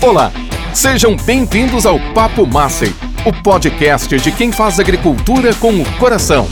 Olá, sejam bem-vindos ao Papo Massey, o podcast de quem faz agricultura com o coração.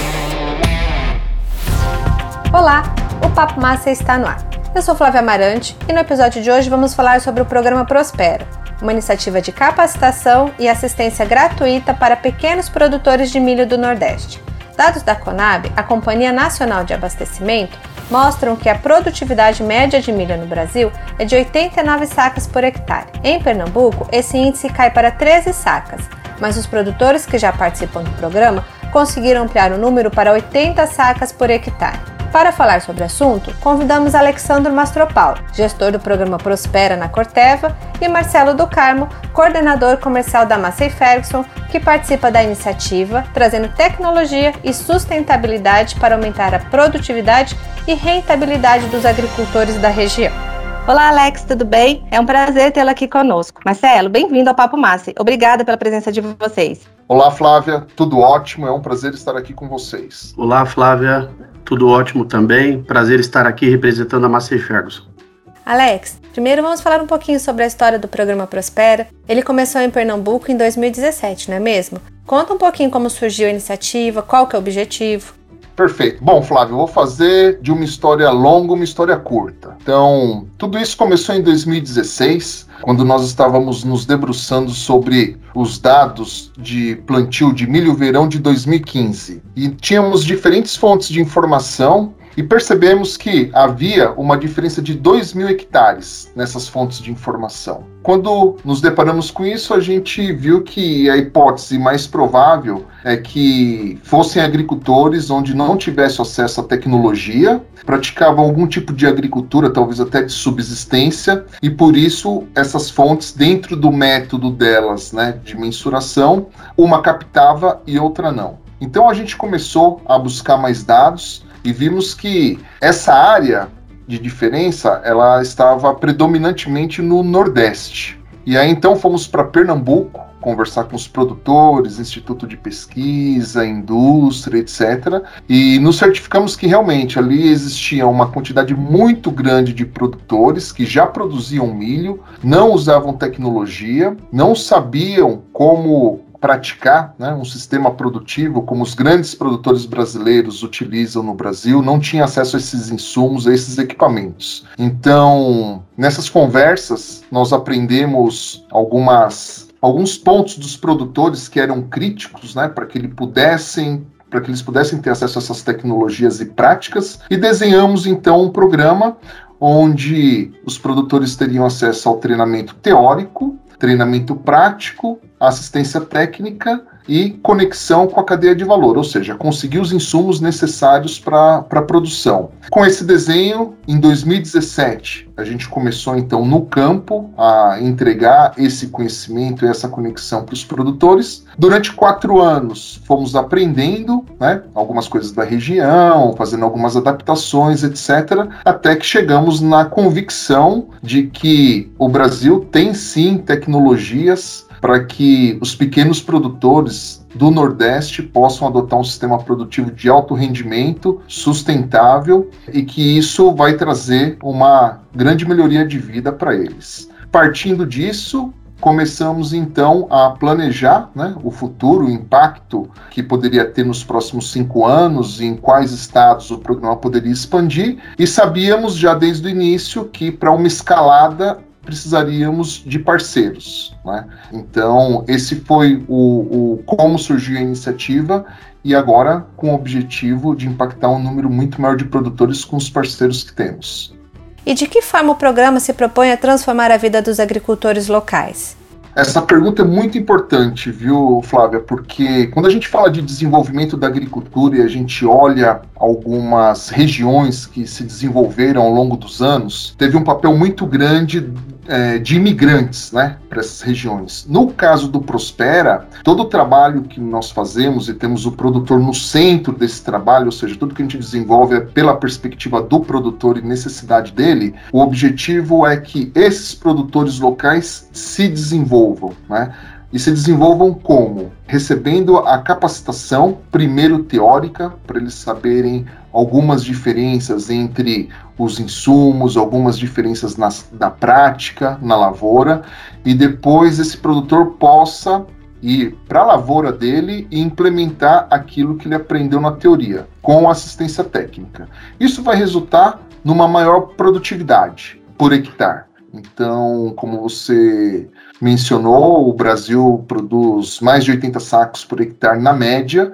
Olá, o Papo Massey está no ar. Eu sou Flávia Amarante e no episódio de hoje vamos falar sobre o Programa Prospera, uma iniciativa de capacitação e assistência gratuita para pequenos produtores de milho do Nordeste. Dados da Conab, a Companhia Nacional de Abastecimento, mostram que a produtividade média de milho no Brasil é de 89 sacas por hectare. Em Pernambuco, esse índice cai para 13 sacas, mas os produtores que já participam do programa conseguiram ampliar o número para 80 sacas por hectare. Para falar sobre o assunto, convidamos Alexandro Mastropal, gestor do programa Prospera na Corteva, e Marcelo do Carmo, coordenador comercial da Massey Ferguson, que participa da iniciativa, trazendo tecnologia e sustentabilidade para aumentar a produtividade e rentabilidade dos agricultores da região. Olá, Alex, tudo bem? É um prazer tê-lo aqui conosco. Marcelo, bem-vindo ao Papo Massey. Obrigada pela presença de vocês. Olá, Flávia, tudo ótimo, é um prazer estar aqui com vocês. Olá, Flávia, tudo ótimo também, prazer estar aqui representando a Massey Ferguson. Alex, primeiro vamos falar um pouquinho sobre a história do Programa Prospera. Ele começou em Pernambuco em 2017, não é mesmo? Conta um pouquinho como surgiu a iniciativa, qual que é o objetivo. Perfeito. Bom, Flávio, eu vou fazer de uma história longa uma história curta. Então, tudo isso começou em 2016, quando nós estávamos nos debruçando sobre os dados de plantio de milho-verão de 2015. E tínhamos diferentes fontes de informação e percebemos que havia uma diferença de 2.000 hectares nessas fontes de informação. Quando nos deparamos com isso, a gente viu que a hipótese mais provável é que fossem agricultores onde não tivesse acesso à tecnologia, praticavam algum tipo de agricultura, talvez até de subsistência, e por isso essas fontes, dentro do método delas, né, de mensuração, uma captava e outra não. Então a gente começou a buscar mais dados, e vimos que essa área de diferença, ela estava predominantemente no Nordeste. E aí então fomos para Pernambuco, conversar com os produtores, instituto de pesquisa, indústria, etc. E nos certificamos que realmente ali existia uma quantidade muito grande de produtores que já produziam milho, não usavam tecnologia, não sabiam como praticar, né, um sistema produtivo como os grandes produtores brasileiros utilizam no Brasil, não tinha acesso a esses insumos, a esses equipamentos. Então, nessas conversas, nós aprendemos alguns pontos dos produtores que eram críticos, né, para que eles pudessem ter acesso a essas tecnologias e práticas, e desenhamos então um programa onde os produtores teriam acesso ao treinamento teórico, treinamento prático, assistência técnica e conexão com a cadeia de valor, ou seja, conseguir os insumos necessários para a produção. Com esse desenho, em 2017, a gente começou então no campo a entregar esse conhecimento e essa conexão para os produtores. Durante 4 anos, fomos aprendendo, né, algumas coisas da região, fazendo algumas adaptações, etc., até que chegamos na convicção de que o Brasil tem sim tecnologias para que os pequenos produtores do Nordeste possam adotar um sistema produtivo de alto rendimento, sustentável, e que isso vai trazer uma grande melhoria de vida para eles. Partindo disso, começamos então a planejar, né, o futuro, o impacto que poderia ter nos próximos 5 anos, em quais estados o programa poderia expandir, e sabíamos já desde o início que para uma escalada precisaríamos de parceiros, né? Então, esse foi o como surgiu a iniciativa, e agora com o objetivo de impactar um número muito maior de produtores com os parceiros que temos. E de que forma o programa se propõe a transformar a vida dos agricultores locais? Essa pergunta é muito importante, viu, Flávia? Porque quando a gente fala de desenvolvimento da agricultura e a gente olha algumas regiões que se desenvolveram ao longo dos anos, teve um papel muito grande de imigrantes, né, para essas regiões. No caso do Prospera, todo o trabalho que nós fazemos, e temos o produtor no centro desse trabalho, ou seja, tudo que a gente desenvolve é pela perspectiva do produtor e necessidade dele, o objetivo é que esses produtores locais se desenvolvam, né? E se desenvolvam como? Recebendo a capacitação, primeiro teórica, para eles saberem algumas diferenças entre os insumos, algumas diferenças na prática, na lavoura, e depois esse produtor possa ir para a lavoura dele e implementar aquilo que ele aprendeu na teoria, com assistência técnica. Isso vai resultar numa maior produtividade por hectare. Então, como você mencionou, o Brasil produz mais de 80 sacos por hectare na média,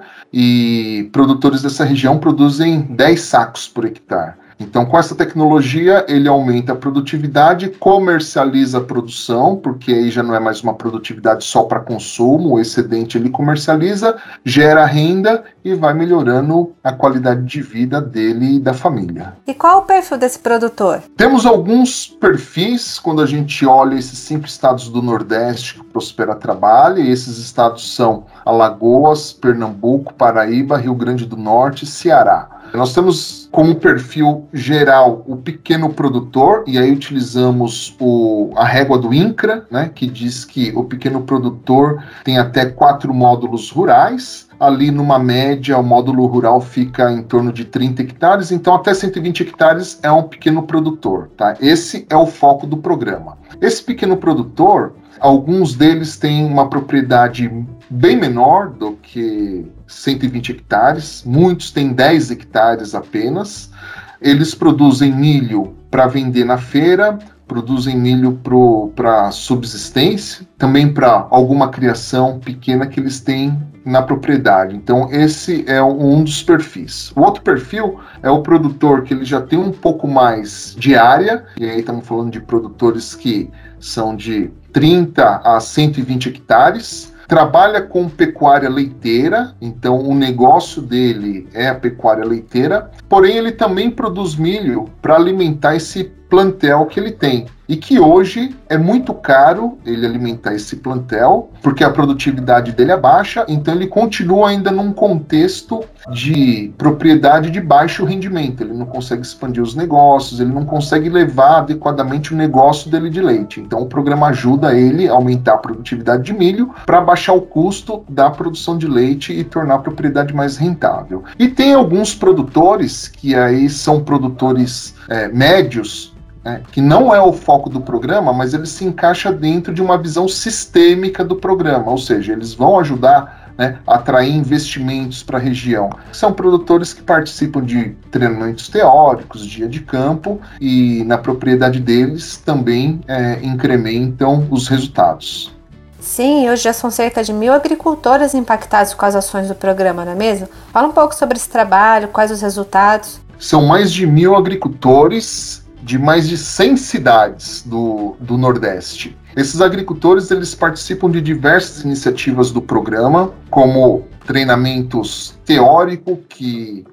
e produtores dessa região produzem 10 sacos por hectare. Então, com essa tecnologia, ele aumenta a produtividade, comercializa a produção, porque aí já não é mais uma produtividade só para consumo, o excedente ele comercializa, gera renda e vai melhorando a qualidade de vida dele e da família. E qual o perfil desse produtor? Temos alguns perfis quando a gente olha esses 5 estados do Nordeste que o Prospera trabalha, e esses estados são Alagoas, Pernambuco, Paraíba, Rio Grande do Norte e Ceará. Nós temos como perfil geral o pequeno produtor, e aí utilizamos a régua do INCRA, né, que diz que o pequeno produtor tem até 4 módulos rurais. Ali numa média, o módulo rural fica em torno de 30 hectares, então até 120 hectares é um pequeno produtor, tá? Esse é o foco do programa. Esse pequeno produtor, alguns deles têm uma propriedade bem menor do que 120 hectares, muitos têm 10 hectares apenas. Eles produzem milho para vender na feira, produzem milho para subsistência, também para alguma criação pequena que eles têm na propriedade. Então, esse é um dos perfis. O outro perfil é o produtor que ele já tem um pouco mais de área, e aí estamos falando de produtores que são de 30 a 120 hectares, trabalha com pecuária leiteira, então o negócio dele é a pecuária leiteira, porém ele também produz milho para alimentar esse plantel que ele tem, e que hoje é muito caro ele alimentar esse plantel, porque a produtividade dele é baixa, então ele continua ainda num contexto de propriedade de baixo rendimento, ele não consegue expandir os negócios, ele não consegue levar adequadamente o negócio dele de leite, então o programa ajuda ele a aumentar a produtividade de milho para baixar o custo da produção de leite e tornar a propriedade mais rentável. E tem alguns produtores que aí são produtores médios, que não é o foco do programa, mas ele se encaixa dentro de uma visão sistêmica do programa, ou seja, eles vão ajudar a atrair investimentos para a região. São produtores que participam de treinamentos teóricos, dia de campo, e na propriedade deles também incrementam os resultados. Sim, hoje já são cerca de 1.000 agricultores impactados com as ações do programa, não é mesmo? Fala um pouco sobre esse trabalho, quais os resultados. São mais de 1.000 agricultores de mais de 100 cidades do Nordeste. Esses agricultores, eles participam de diversas iniciativas do programa, como treinamentos teóricos, que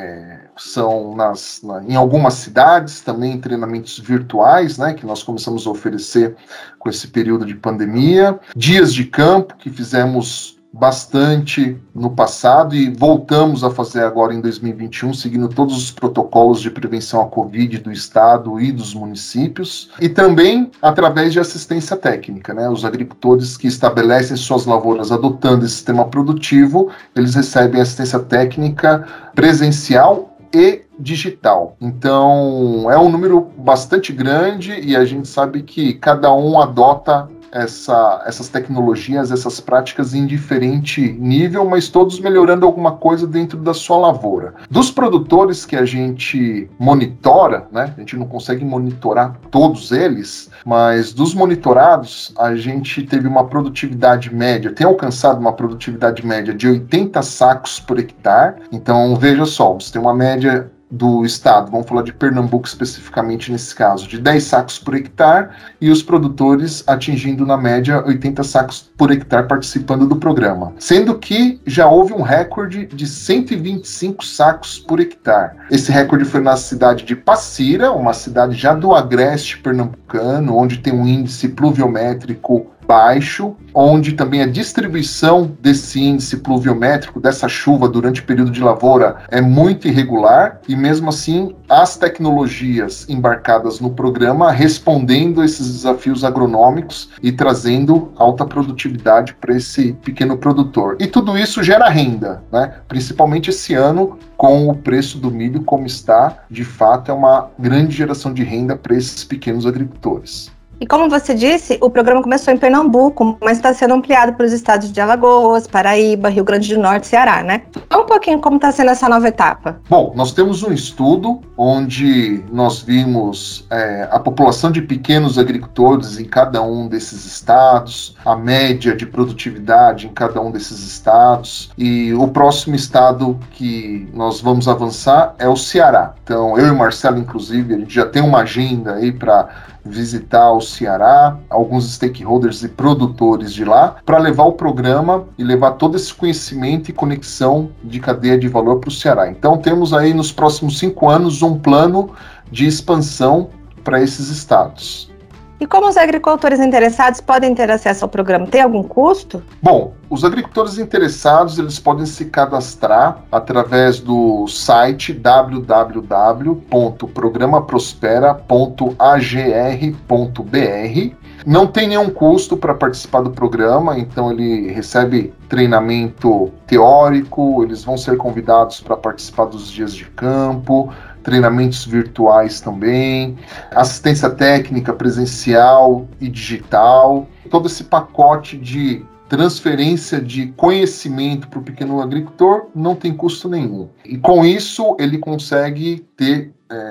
são em algumas cidades, também treinamentos virtuais, que nós começamos a oferecer com esse período de pandemia, dias de campo, que fizemos bastante no passado e voltamos a fazer agora em 2021, seguindo todos os protocolos de prevenção à Covid do Estado e dos municípios, e também através de assistência técnica, Os agricultores que estabelecem suas lavouras adotando esse sistema produtivo, eles recebem assistência técnica presencial e digital. Então, é um número bastante grande e a gente sabe que cada um adota essas tecnologias, essas práticas em diferente nível, mas todos melhorando alguma coisa dentro da sua lavoura. Dos produtores que a gente monitora, a gente não consegue monitorar todos eles, mas dos monitorados, a gente teve uma produtividade média, tem alcançado uma produtividade média de 80 sacos por hectare. Então, veja só, você tem uma média do estado, vamos falar de Pernambuco especificamente nesse caso, de 10 sacos por hectare, e os produtores atingindo na média 80 sacos por hectare participando do programa. Sendo que já houve um recorde de 125 sacos por hectare. Esse recorde foi na cidade de Passira, uma cidade já do agreste pernambucano, onde tem um índice pluviométrico baixo, onde também a distribuição desse índice pluviométrico, dessa chuva durante o período de lavoura, é muito irregular, e mesmo assim as tecnologias embarcadas no programa respondendo a esses desafios agronômicos e trazendo alta produtividade para esse pequeno produtor. E tudo isso gera renda, né? Principalmente esse ano, com o preço do milho como está, de fato é uma grande geração de renda para esses pequenos agricultores. E como você disse, o programa começou em Pernambuco, mas está sendo ampliado para os estados de Alagoas, Paraíba, Rio Grande do Norte e Ceará, né? Fala um pouquinho como está sendo essa nova etapa. Bom, nós temos um estudo onde nós vimos a população de pequenos agricultores em cada um desses estados, a média de produtividade em cada um desses estados, e o próximo estado que nós vamos avançar é o Ceará. Então, eu e o Marcelo, inclusive, a gente já tem uma agenda aí para visitar o Ceará, alguns stakeholders e produtores de lá, para levar o programa e levar todo esse conhecimento e conexão de cadeia de valor para o Ceará. Então temos aí nos próximos 5 anos um plano de expansão para esses estados. E como os agricultores interessados podem ter acesso ao programa? Tem algum custo? Bom, os agricultores interessados, eles podem se cadastrar através do site www.programaprospera.agr.br. Não tem nenhum custo para participar do programa, então ele recebe treinamento teórico, eles vão ser convidados para participar dos dias de campo, treinamentos virtuais também, assistência técnica presencial e digital, todo esse pacote de transferência de conhecimento para o pequeno agricultor não tem custo nenhum. E com isso ele consegue ter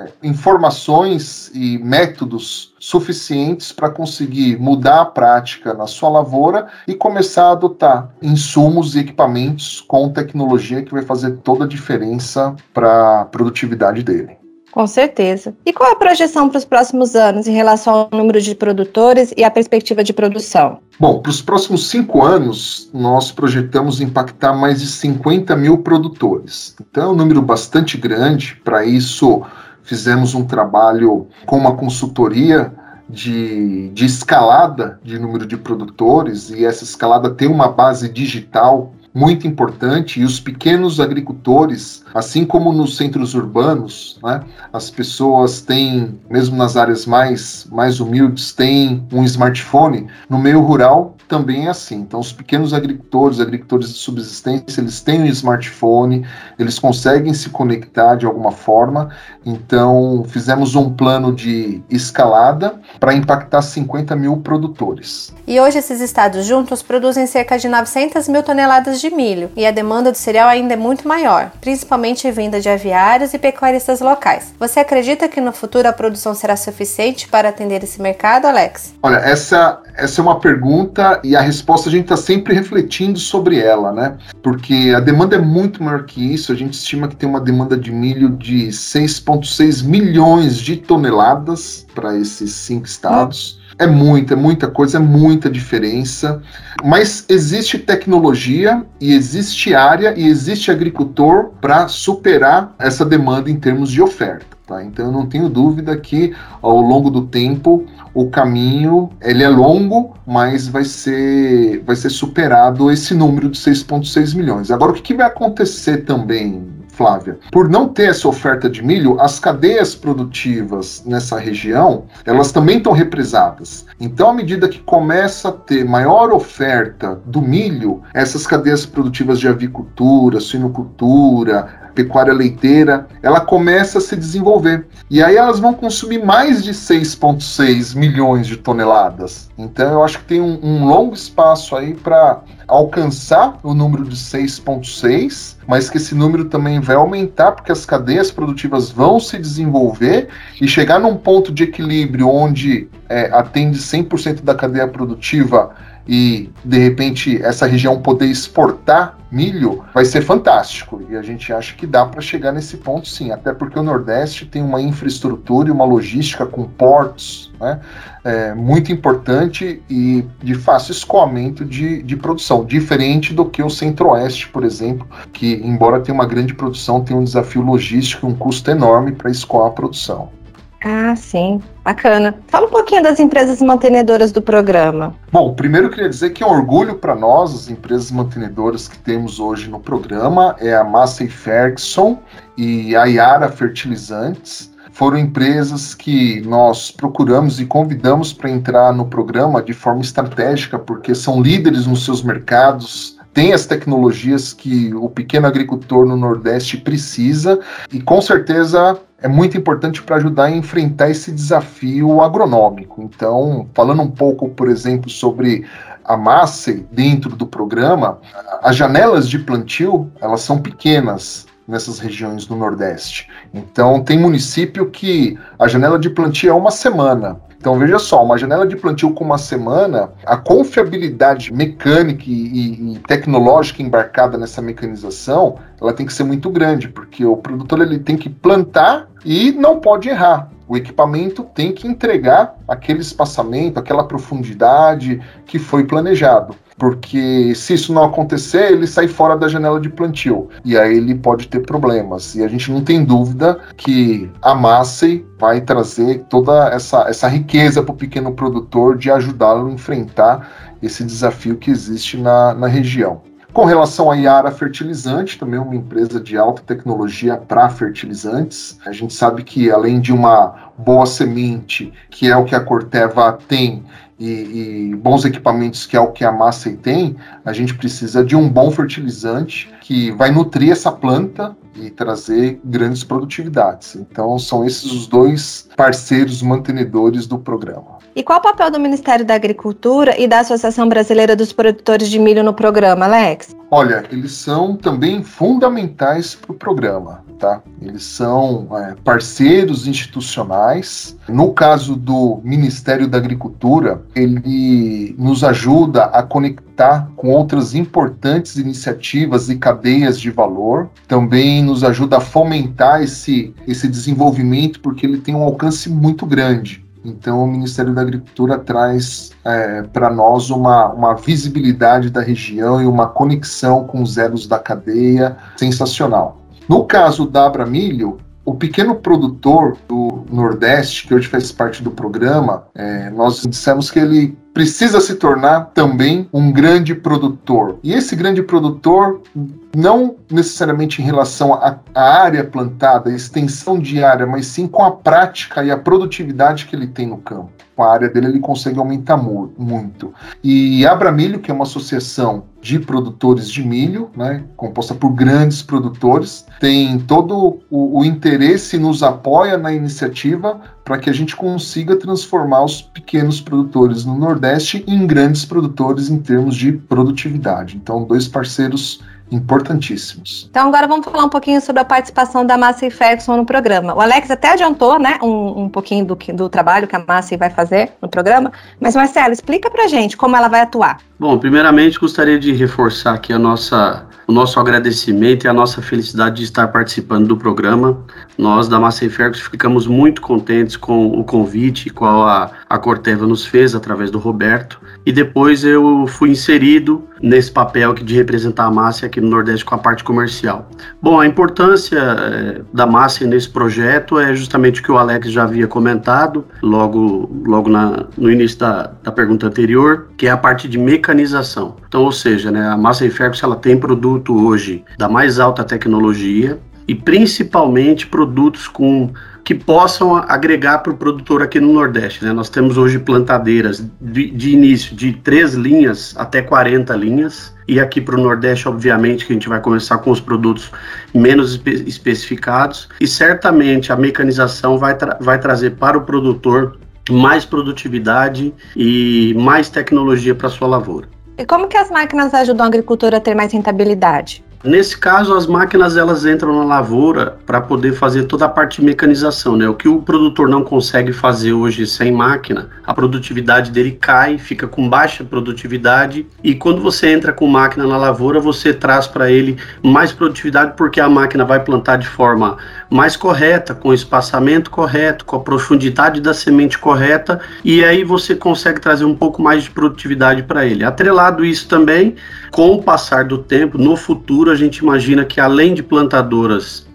informações e métodos suficientes para conseguir mudar a prática na sua lavoura e começar a adotar insumos e equipamentos com tecnologia que vai fazer toda a diferença para a produtividade dele. Com certeza. E qual é a projeção para os próximos anos em relação ao número de produtores e a perspectiva de produção? Bom, para os próximos 5 anos, nós projetamos impactar mais de 50 mil produtores. Então é um número bastante grande. Para isso, fizemos um trabalho com uma consultoria de escalada de número de produtores, e essa escalada tem uma base digital muito importante, e os pequenos agricultores, assim como nos centros urbanos, né, as pessoas têm, mesmo nas áreas mais humildes, têm um smartphone. No meio rural também é assim. Então, os pequenos agricultores de subsistência, eles têm um smartphone, eles conseguem se conectar de alguma forma. Então, fizemos um plano de escalada para impactar 50 mil produtores. E hoje esses estados juntos produzem cerca de 900 mil toneladas de milho, e a demanda do cereal ainda é muito maior, principalmente vinda de aviários e pecuaristas locais. Você acredita que no futuro a produção será suficiente para atender esse mercado, Alex? Olha, essa é uma pergunta, e a resposta a gente está sempre refletindo sobre ela, né? Porque a demanda é muito maior que isso. A gente estima que tem uma demanda de milho de 6,6 milhões de toneladas para esses 5 estados. É muita coisa, é muita diferença, mas existe tecnologia e existe área e existe agricultor para superar essa demanda em termos de oferta. Tá? Então eu não tenho dúvida que ao longo do tempo o caminho ele é longo, mas vai ser superado esse número de 6,6 milhões. Agora, o que vai acontecer também, Flávia? Por não ter essa oferta de milho, as cadeias produtivas nessa região, elas também estão represadas. Então, à medida que começa a ter maior oferta do milho, essas cadeias produtivas de avicultura, suinocultura, pecuária leiteira, ela começa a se desenvolver. E aí elas vão consumir mais de 6,6 milhões de toneladas. Então eu acho que tem um longo espaço aí para alcançar o número de 6,6, mas que esse número também vai aumentar, porque as cadeias produtivas vão se desenvolver e chegar num ponto de equilíbrio onde atende 100% da cadeia produtiva e, de repente, essa região poder exportar milho, vai ser fantástico. E a gente acha que dá para chegar nesse ponto, sim. Até porque o Nordeste tem uma infraestrutura e uma logística com portos, né, muito importante e de fácil escoamento de produção. Diferente do que o Centro-Oeste, por exemplo, que, embora tenha uma grande produção, tem um desafio logístico e um custo enorme para escoar a produção. Ah, sim. Bacana. Fala um pouquinho das empresas mantenedoras do programa. Bom, primeiro eu queria dizer que é um orgulho para nós, as empresas mantenedoras que temos hoje no programa, é a Massey Ferguson e a Yara Fertilizantes. Foram empresas que nós procuramos e convidamos para entrar no programa de forma estratégica, porque são líderes nos seus mercados, têm as tecnologias que o pequeno agricultor no Nordeste precisa e, com certeza, é muito importante para ajudar a enfrentar esse desafio agronômico. Então, falando um pouco, por exemplo, sobre a Massey dentro do programa, as janelas de plantio, elas são pequenas nessas regiões do Nordeste. Então, tem município que a janela de plantio é 1 semana. Então, veja só, uma janela de plantio com 1 semana, a confiabilidade mecânica e tecnológica embarcada nessa mecanização, ela tem que ser muito grande, porque o produtor ele tem que plantar e não pode errar. O equipamento tem que entregar aquele espaçamento, aquela profundidade que foi planejado. Porque se isso não acontecer, ele sai fora da janela de plantio. E aí ele pode ter problemas. E a gente não tem dúvida que a Massey vai trazer toda essa riqueza para o pequeno produtor de ajudá-lo a enfrentar esse desafio que existe na região. Com relação à Yara Fertilizante, também uma empresa de alta tecnologia para fertilizantes. A gente sabe que além de uma boa semente, que é o que a Corteva tem, e bons equipamentos, que é o que a Massey tem, a gente precisa de um bom fertilizante que vai nutrir essa planta e trazer grandes produtividades. Então, são esses os dois parceiros mantenedores do programa. E qual o papel do Ministério da Agricultura e da Associação Brasileira dos Produtores de Milho no programa, Alex? Olha, eles são também fundamentais para o programa, tá? Eles são parceiros institucionais. No caso do Ministério da Agricultura, ele nos ajuda a conectar com outras importantes iniciativas e cadeias de valor. Também nos ajuda a fomentar esse desenvolvimento, porque ele tem um alcance muito grande. Então, o Ministério da Agricultura traz para nós uma visibilidade da região e uma conexão com os elos da cadeia sensacional. No caso da Abramilho, o pequeno produtor do Nordeste, que hoje faz parte do programa, nós dissemos que ele precisa se tornar também um grande produtor. E esse grande produtor, não necessariamente em relação à área plantada, a extensão de área, mas sim com a prática e a produtividade que ele tem no campo. Com a área dele, ele consegue aumentar muito. E a Abramilho, que é uma associação de produtores de milho, né, composta por grandes produtores, tem todo o interesse e nos apoia na iniciativa para que a gente consiga transformar os pequenos produtores no Nordeste em grandes produtores em termos de produtividade. Então, 2 parceiros importantíssimos. Então agora vamos falar um pouquinho sobre a participação da Massey Ferguson no programa. O Alex até adiantou, né, um pouquinho do trabalho que a Massey vai fazer no programa, mas Marcelo, explica pra gente como ela vai atuar. Bom, primeiramente gostaria de reforçar aqui o nosso agradecimento e a nossa felicidade de estar participando do programa. Nós da Massey Ferguson ficamos muito contentes com o convite qual a Corteva nos fez através do Roberto, e depois eu fui inserido nesse papel de representar a Massey aqui no Nordeste com a parte comercial. Bom, a importância da Massey nesse projeto é justamente o que o Alex já havia comentado logo no início da pergunta anterior, que é a parte de mecanização. Então, ou seja, né, a Massey Ferguson ela tem produto hoje da mais alta tecnologia e principalmente produtos que possam agregar para o produtor aqui no Nordeste, né? Nós temos hoje plantadeiras de início de 3 linhas até 40 linhas, e aqui para o Nordeste, obviamente, que a gente vai começar com os produtos menos especificados, e certamente a mecanização vai trazer para o produtor mais produtividade e mais tecnologia para a sua lavoura. E como que as máquinas ajudam o agricultor a ter mais rentabilidade? Nesse caso, as máquinas elas entram na lavoura para poder fazer toda a parte de mecanização, né? O que o produtor não consegue fazer hoje sem máquina, a produtividade dele cai, fica com baixa produtividade, e quando você entra com máquina na lavoura, você traz para ele mais produtividade, porque a máquina vai plantar de forma mais correta, com o espaçamento correto, com a profundidade da semente correta, e aí você consegue trazer um pouco mais de produtividade para ele. Atrelado isso também, com o passar do tempo, no futuro a gente imagina que além de plantadoras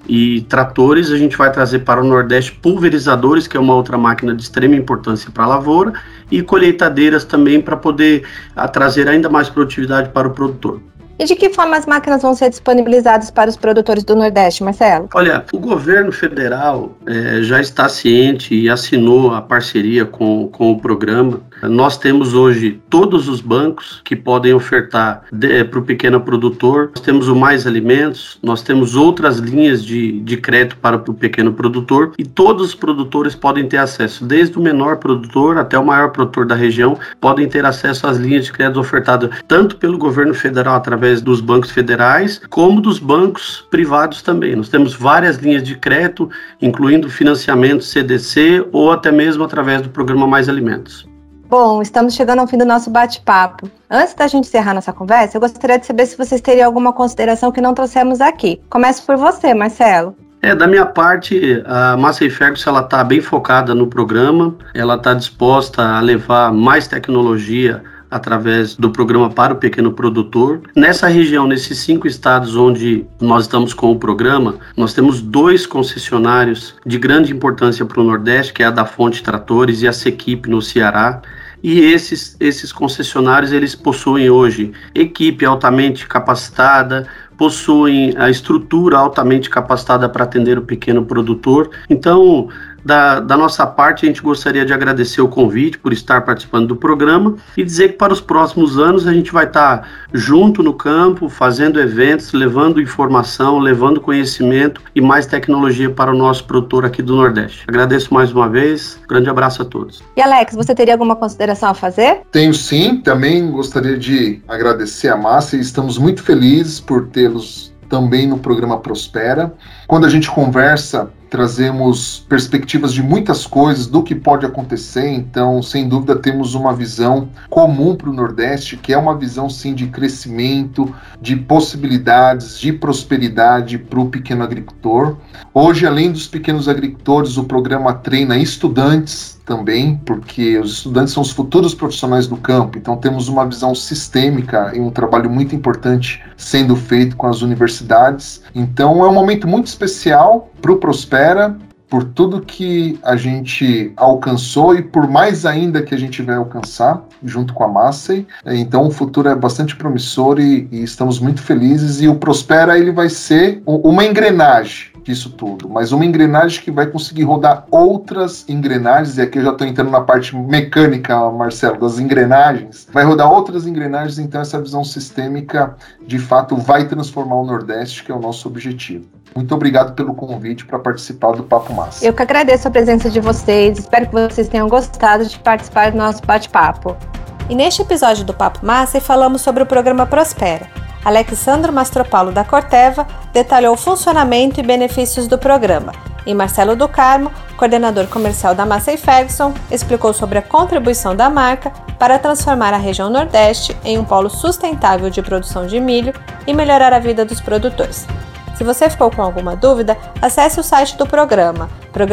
e tratores. A gente vai trazer para o Nordeste pulverizadores, que é uma outra máquina de extrema importância para a lavoura, e colheitadeiras também para poder trazer ainda mais produtividade para o produtor. E de que forma as máquinas vão ser disponibilizadas para os produtores do Nordeste, Marcelo? Olha, o governo federal já está ciente e assinou a parceria com o programa. Nós temos hoje todos os bancos que podem ofertar para o pequeno produtor. Nós temos o Mais Alimentos, nós temos outras linhas de crédito para o pequeno produtor e todos os produtores podem ter acesso, desde o menor produtor até o maior produtor da região, podem ter acesso às linhas de crédito ofertadas tanto pelo governo federal através dos bancos federais, como dos bancos privados também. Nós temos várias linhas de crédito, incluindo financiamento CDC ou até mesmo através do programa Mais Alimentos. Bom, estamos chegando ao fim do nosso bate-papo. Antes da gente encerrar nossa conversa, eu gostaria de saber se vocês teriam alguma consideração que não trouxemos aqui. Começo por você, Marcelo. Da minha parte, a Massey Ferguson ela está bem focada no programa, ela está disposta a levar mais tecnologia através do programa para o pequeno produtor. Nessa região, nesses 5 estados onde nós estamos com o programa, nós temos 2 concessionários de grande importância para o Nordeste, que é a da Fonte Tratores e a Sequipe no Ceará. E esses concessionários, eles possuem hoje equipe altamente capacitada, possuem a estrutura altamente capacitada para atender o pequeno produtor. Então, da nossa parte, a gente gostaria de agradecer o convite por estar participando do programa e dizer que para os próximos anos a gente vai estar junto no campo, fazendo eventos, levando informação, levando conhecimento e mais tecnologia para o nosso produtor aqui do Nordeste. Agradeço mais uma vez, grande abraço a todos. E Alex, você teria alguma consideração a fazer? Tenho sim, também gostaria de agradecer a Massey, estamos muito felizes por tê-los também no programa Prospera. Quando a gente conversa, trazemos perspectivas de muitas coisas, do que pode acontecer, então, sem dúvida, temos uma visão comum para o Nordeste, que é uma visão, sim, de crescimento, de possibilidades, de prosperidade para o pequeno agricultor. Hoje, além dos pequenos agricultores, o programa treina estudantes também, porque os estudantes são os futuros profissionais do campo, então temos uma visão sistêmica e um trabalho muito importante sendo feito com as universidades. Então é um momento muito especial para o Prospera, por tudo que a gente alcançou e por mais ainda que a gente vai alcançar junto com a Massey. Então o futuro é bastante promissor e estamos muito felizes, e o Prospera ele vai ser uma engrenagem disso tudo, mas uma engrenagem que vai conseguir rodar outras engrenagens, e aqui eu já estou entrando na parte mecânica, Marcelo, das engrenagens, vai rodar outras engrenagens, então essa visão sistêmica de fato vai transformar o Nordeste, que é o nosso objetivo. Muito obrigado pelo convite para participar do Papo Massey. Eu que agradeço a presença de vocês, espero que vocês tenham gostado de participar do nosso bate-papo. E neste episódio do Papo Massey falamos sobre o programa Prospera. Alexandro Mastropalo da Corteva detalhou o funcionamento e benefícios do programa, e Marcelo do Carmo, coordenador comercial da Massey Ferguson, explicou sobre a contribuição da marca para transformar a região Nordeste em um polo sustentável de produção de milho e melhorar a vida dos produtores. Se você ficou com alguma dúvida, acesse o site do programa,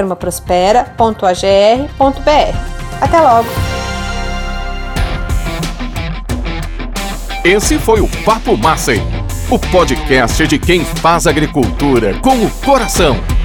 programaprospera.agr.br. Até logo! Esse foi o Papo Massey, o podcast de quem faz agricultura com o coração.